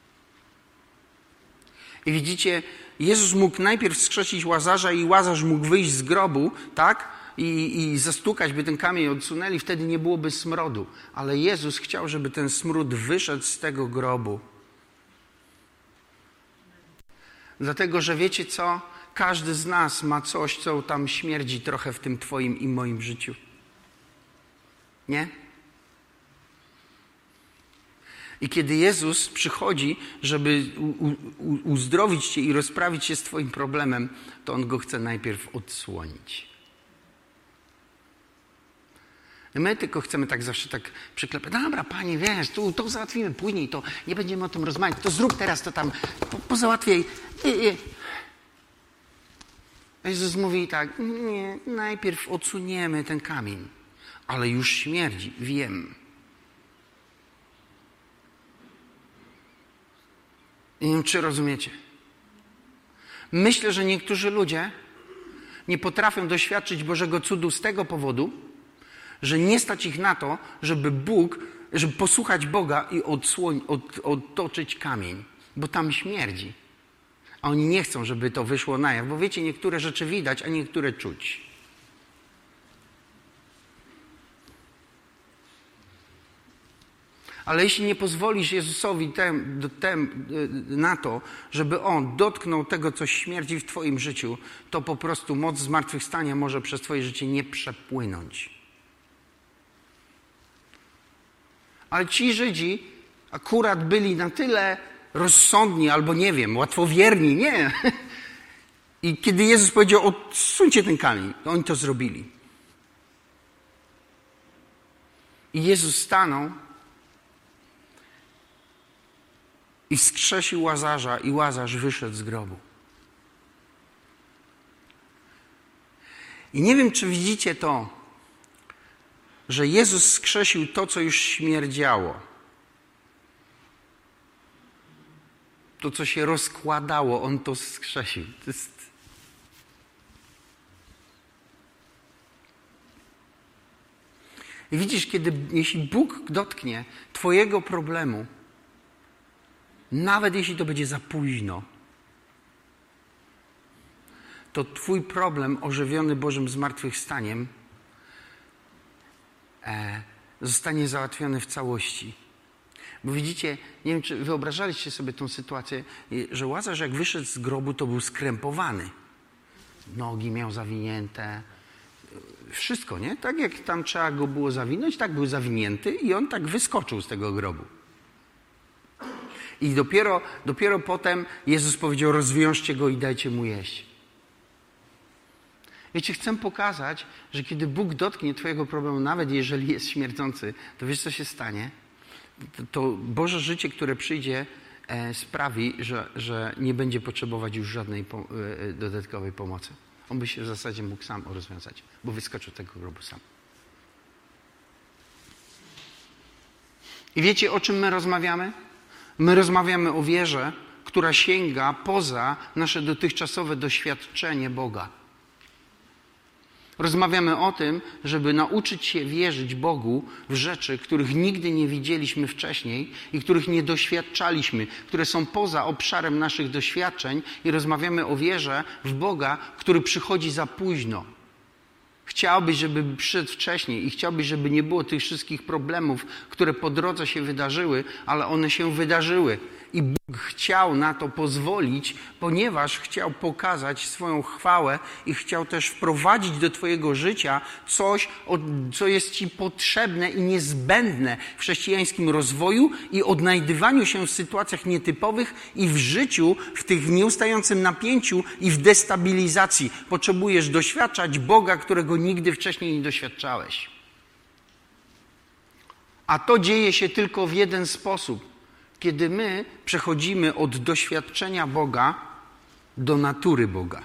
[SPEAKER 1] I widzicie, Jezus mógł najpierw wskrzesić Łazarza i Łazarz mógł wyjść z grobu, tak? I zastukać, by ten kamień odsunęli, wtedy nie byłoby smrodu. Ale Jezus chciał, żeby ten smród wyszedł z tego grobu. Dlatego, że wiecie co? Każdy z nas ma coś, co tam śmierdzi trochę w tym Twoim i moim życiu. Nie? I kiedy Jezus przychodzi, żeby uzdrowić Cię i rozprawić się z Twoim problemem, to On go chce najpierw odsłonić. My tylko chcemy tak zawsze tak przyklepać: dobra, Panie, wiesz, to załatwimy później, to nie będziemy o tym rozmawiać, to zrób teraz, to tam pozałatwiaj. Jezus mówi tak: nie, najpierw odsuniemy ten kamień, ale już śmierdzi, wiem. I nie wiem, czy rozumiecie. Myślę, że niektórzy ludzie nie potrafią doświadczyć Bożego cudu z tego powodu, że nie stać ich na to, żeby posłuchać Boga i otoczyć kamień, bo tam śmierdzi. A oni nie chcą, żeby to wyszło na jaw, bo wiecie, niektóre rzeczy widać, a niektóre czuć. Ale jeśli nie pozwolisz Jezusowi na to, żeby On dotknął tego, co śmierdzi w Twoim życiu, to po prostu moc zmartwychwstania może przez Twoje życie nie przepłynąć. Ale ci Żydzi akurat byli na tyle rozsądni, albo nie wiem, łatwowierni, nie. I kiedy Jezus powiedział: odsuńcie ten kamień, to oni to zrobili. I Jezus stanął i wskrzesił Łazarza i Łazarz wyszedł z grobu. I nie wiem, czy widzicie to, że Jezus skrzesił to, co już śmierdziało. To, co się rozkładało, On to skrzesił. To jest... I widzisz, jeśli Bóg dotknie twojego problemu, nawet jeśli to będzie za późno, to twój problem ożywiony Bożym zmartwychwstaniem zostanie załatwiony w całości. Bo widzicie, nie wiem, czy wyobrażaliście sobie tą sytuację, że Łazarz jak wyszedł z grobu, to był skrępowany. Nogi miał zawinięte, wszystko, nie? Tak jak tam trzeba go było zawinąć, tak był zawinięty i on tak wyskoczył z tego grobu. I dopiero potem Jezus powiedział, rozwiążcie go i dajcie mu jeść. Wiecie, chcę pokazać, że kiedy Bóg dotknie twojego problemu, nawet jeżeli jest śmierdzący, to wiesz, co się stanie? To Boże życie, które przyjdzie, sprawi, że nie będzie potrzebować już żadnej dodatkowej pomocy. On by się w zasadzie mógł sam rozwiązać, bo wyskoczył tego grobu sam. I wiecie, o czym my rozmawiamy? My rozmawiamy o wierze, która sięga poza nasze dotychczasowe doświadczenie Boga. Rozmawiamy o tym, żeby nauczyć się wierzyć Bogu w rzeczy, których nigdy nie widzieliśmy wcześniej i których nie doświadczaliśmy, które są poza obszarem naszych doświadczeń, i rozmawiamy o wierze w Boga, który przychodzi za późno. Chciałbyś, żeby przyszedł wcześniej i chciałbyś, żeby nie było tych wszystkich problemów, które po drodze się wydarzyły, ale one się wydarzyły. I Bóg chciał na to pozwolić, ponieważ chciał pokazać swoją chwałę i chciał też wprowadzić do twojego życia coś, co jest ci potrzebne i niezbędne w chrześcijańskim rozwoju i odnajdywaniu się w sytuacjach nietypowych i w życiu, w tych nieustającym napięciu i w destabilizacji. Potrzebujesz doświadczać Boga, którego nigdy wcześniej nie doświadczałeś. A to dzieje się tylko w jeden sposób. Kiedy my przechodzimy od doświadczenia Boga do natury Boga.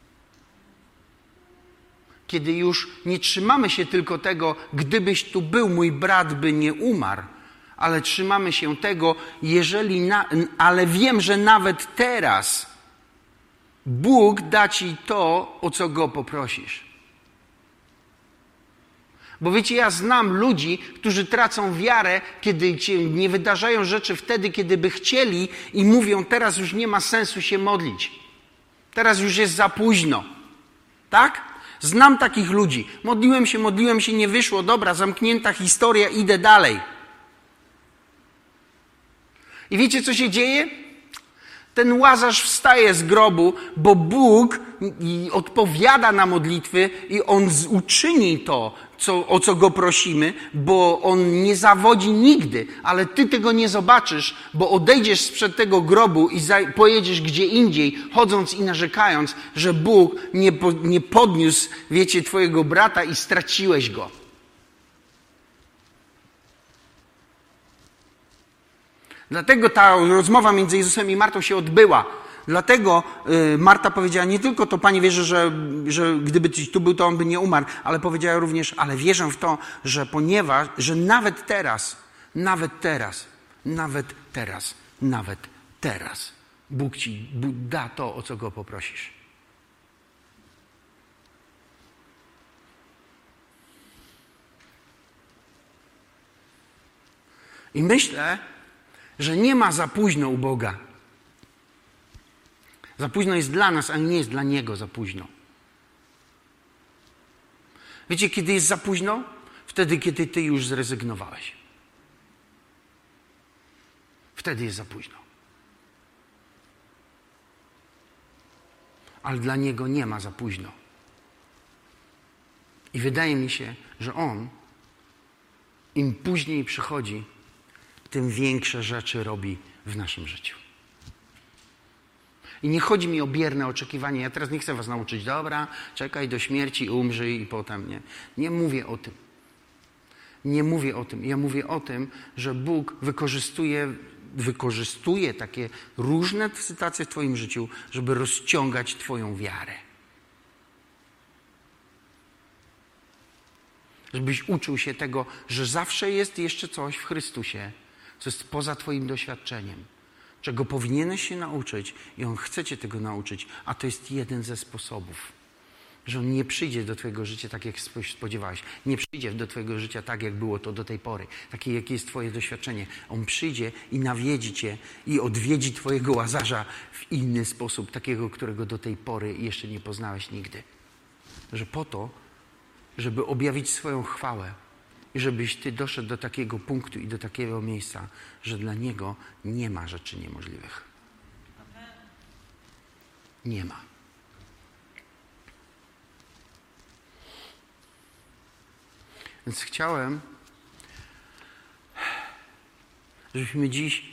[SPEAKER 1] Kiedy już nie trzymamy się tylko tego, gdybyś tu był, mój brat by nie umarł, ale trzymamy się tego, ale wiem, że nawet teraz Bóg da ci to, o co Go poprosisz. Bo wiecie, ja znam ludzi, którzy tracą wiarę, kiedy się nie wydarzają rzeczy wtedy, kiedy by chcieli, i mówią, teraz już nie ma sensu się modlić. Teraz już jest za późno. Tak? Znam takich ludzi. Modliłem się, nie wyszło. Dobra, zamknięta historia, idę dalej. I wiecie, co się dzieje? Ten Łazarz wstaje z grobu, bo Bóg odpowiada na modlitwy i On uczyni to, o co Go prosimy, bo On nie zawodzi nigdy, ale ty tego nie zobaczysz, bo odejdziesz sprzed tego grobu i pojedziesz gdzie indziej, chodząc i narzekając, że Bóg nie podniósł, wiecie, twojego brata i straciłeś go. Dlatego ta rozmowa między Jezusem i Martą się odbyła. Dlatego Marta powiedziała nie tylko to, Panie, wierzę, że gdyby Tyś tu był, to on by nie umarł, ale powiedziała również, ale wierzę w to, że nawet teraz Bóg ci da to, o co Go poprosisz. I myślę, że nie ma za późno u Boga. Za późno jest dla nas, ale nie jest dla Niego za późno. Wiecie, kiedy jest za późno? Wtedy, kiedy ty już zrezygnowałeś. Wtedy jest za późno. Ale dla Niego nie ma za późno. I wydaje mi się, że On, im później przychodzi, tym większe rzeczy robi w naszym życiu. I nie chodzi mi o bierne oczekiwanie. Ja teraz nie chcę was nauczyć, dobra, czekaj do śmierci, umrzyj i potem, nie. Nie mówię o tym. Nie mówię o tym. Ja mówię o tym, że Bóg wykorzystuje takie różne sytuacje w twoim życiu, żeby rozciągać twoją wiarę. Żebyś uczył się tego, że zawsze jest jeszcze coś w Chrystusie, co jest poza twoim doświadczeniem, czego powinieneś się nauczyć i On chce cię tego nauczyć, a to jest jeden ze sposobów. Że On nie przyjdzie do twojego życia tak, jak spodziewałeś. Nie przyjdzie do twojego życia tak, jak było to do tej pory. Takie, jakie jest twoje doświadczenie. On przyjdzie i nawiedzi cię i odwiedzi twojego Łazarza w inny sposób, takiego, którego do tej pory jeszcze nie poznałeś nigdy. Że po to, żeby objawić swoją chwałę i żebyś ty doszedł do takiego punktu i do takiego miejsca, że dla Niego nie ma rzeczy niemożliwych. Nie ma. Więc chciałem, żebyśmy dziś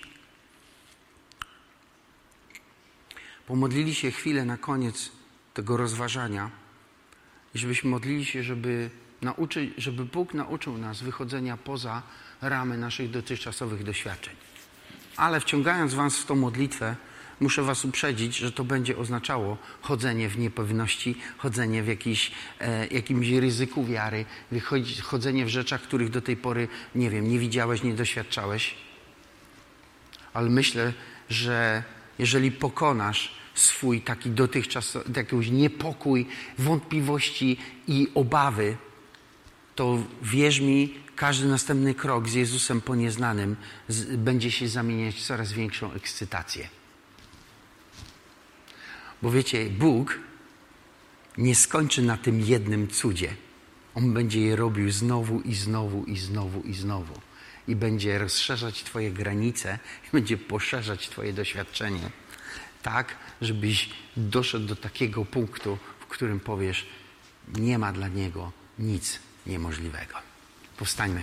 [SPEAKER 1] pomodlili się chwilę na koniec tego rozważania i żebyśmy modlili się, żeby Bóg nauczył nas wychodzenia poza ramy naszych dotychczasowych doświadczeń. Ale wciągając was w tą modlitwę, muszę was uprzedzić, że to będzie oznaczało chodzenie w niepewności, chodzenie w jakimś ryzyku wiary, chodzenie w rzeczach, których do tej pory, nie wiem, nie widziałeś, nie doświadczałeś. Ale myślę, że jeżeli pokonasz swój taki jakiś niepokój, wątpliwości i obawy, to wierz mi, każdy następny krok z Jezusem po nieznanym będzie się zamieniać w coraz większą ekscytację. Bo wiecie, Bóg nie skończy na tym jednym cudzie. On będzie je robił znowu i znowu i znowu i znowu. I będzie rozszerzać twoje granice i będzie poszerzać twoje doświadczenie. Tak, żebyś doszedł do takiego punktu, w którym powiesz, nie ma dla Niego nic niemożliwego. Powstańmy.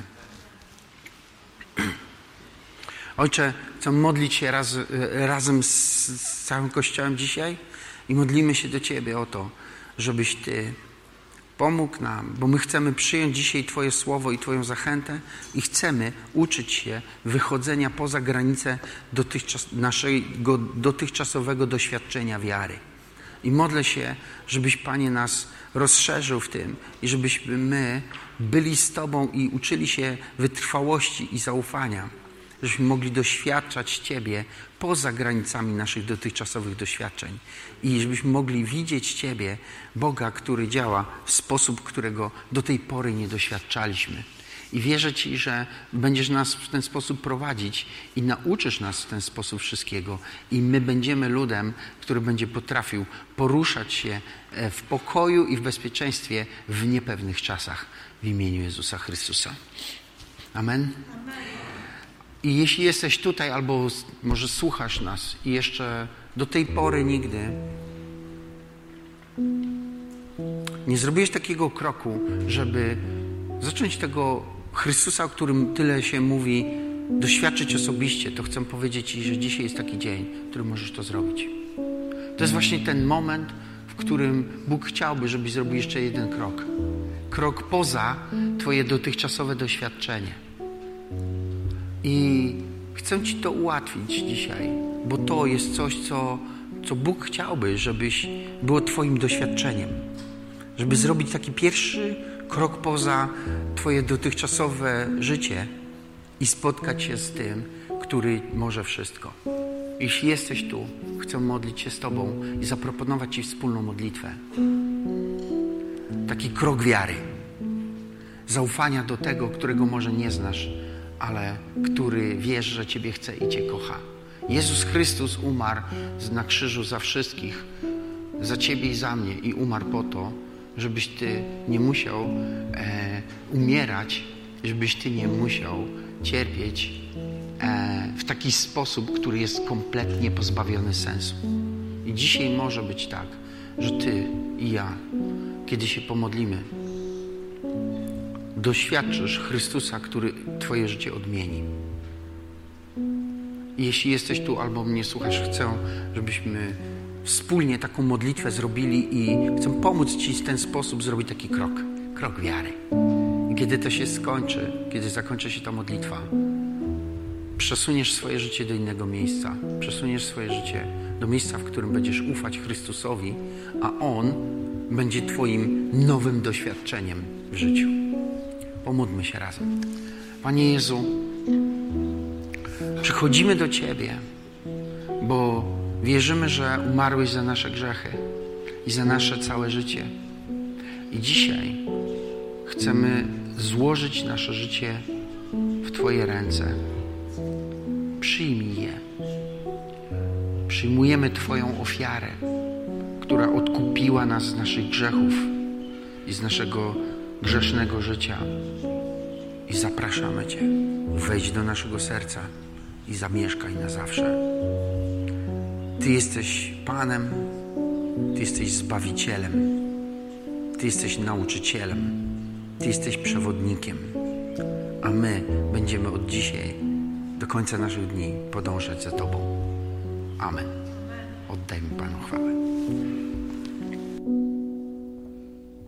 [SPEAKER 1] Ojcze, chcę modlić się razem z całym Kościołem dzisiaj i modlimy się do Ciebie o to, żebyś Ty pomógł nam, bo my chcemy przyjąć dzisiaj Twoje słowo i Twoją zachętę i chcemy uczyć się wychodzenia poza granice naszego dotychczasowego doświadczenia wiary. I modlę się, żebyś, Panie, nas rozszerzył w tym i żebyśmy my byli z Tobą i uczyli się wytrwałości i zaufania, żebyśmy mogli doświadczać Ciebie poza granicami naszych dotychczasowych doświadczeń i żebyśmy mogli widzieć Ciebie, Boga, który działa w sposób, którego do tej pory nie doświadczaliśmy. I wierzę Ci, że będziesz nas w ten sposób prowadzić i nauczysz nas w ten sposób wszystkiego. I my będziemy ludem, który będzie potrafił poruszać się w pokoju i w bezpieczeństwie w niepewnych czasach w imieniu Jezusa Chrystusa. Amen. I jeśli jesteś tutaj albo może słuchasz nas i jeszcze do tej pory nigdy nie zrobiłeś takiego kroku, żeby zacząć tego Chrystusa, o którym tyle się mówi, doświadczyć osobiście, to chcę powiedzieć Ci, że dzisiaj jest taki dzień, w którym możesz to zrobić. To jest właśnie ten moment, w którym Bóg chciałby, żebyś zrobił jeszcze jeden krok. Krok poza Twoje dotychczasowe doświadczenie. I chcę Ci to ułatwić dzisiaj, bo to jest coś, co Bóg chciałby, żebyś było Twoim doświadczeniem. Żeby zrobić taki pierwszy krok poza Twoje dotychczasowe życie i spotkać się z tym, który może wszystko. Jeśli jesteś tu, chcę modlić się z Tobą i zaproponować Ci wspólną modlitwę. Taki krok wiary. Zaufania do tego, którego może nie znasz, ale który wiesz, że Ciebie chce i Cię kocha. Jezus Chrystus umarł na krzyżu za wszystkich, za Ciebie i za mnie i umarł po to, żebyś Ty nie musiał umierać, żebyś Ty nie musiał cierpieć w taki sposób, który jest kompletnie pozbawiony sensu. I dzisiaj może być tak, że Ty i ja, kiedy się pomodlimy, doświadczysz Chrystusa, który Twoje życie odmieni. I jeśli jesteś tu albo mnie słuchasz, chcę, żebyśmy wspólnie taką modlitwę zrobili i chcę pomóc Ci w ten sposób zrobić taki krok wiary. I kiedy to się skończy, kiedy zakończy się ta modlitwa, przesuniesz swoje życie do innego miejsca, przesuniesz swoje życie do miejsca, w którym będziesz ufać Chrystusowi, a On będzie Twoim nowym doświadczeniem w życiu. Pomódlmy się razem. Panie Jezu, przychodzimy do Ciebie, bo wierzymy, że umarłeś za nasze grzechy i za nasze całe życie. I dzisiaj chcemy złożyć nasze życie w Twoje ręce. Przyjmij je. Przyjmujemy Twoją ofiarę, która odkupiła nas z naszych grzechów i z naszego grzesznego życia. I zapraszamy Cię. Wejdź do naszego serca i zamieszkaj na zawsze. Ty jesteś Panem, Ty jesteś Zbawicielem, Ty jesteś nauczycielem, Ty jesteś przewodnikiem, a my będziemy od dzisiaj do końca naszych dni podążać za Tobą. Amen. Oddajmy Panu chwałę.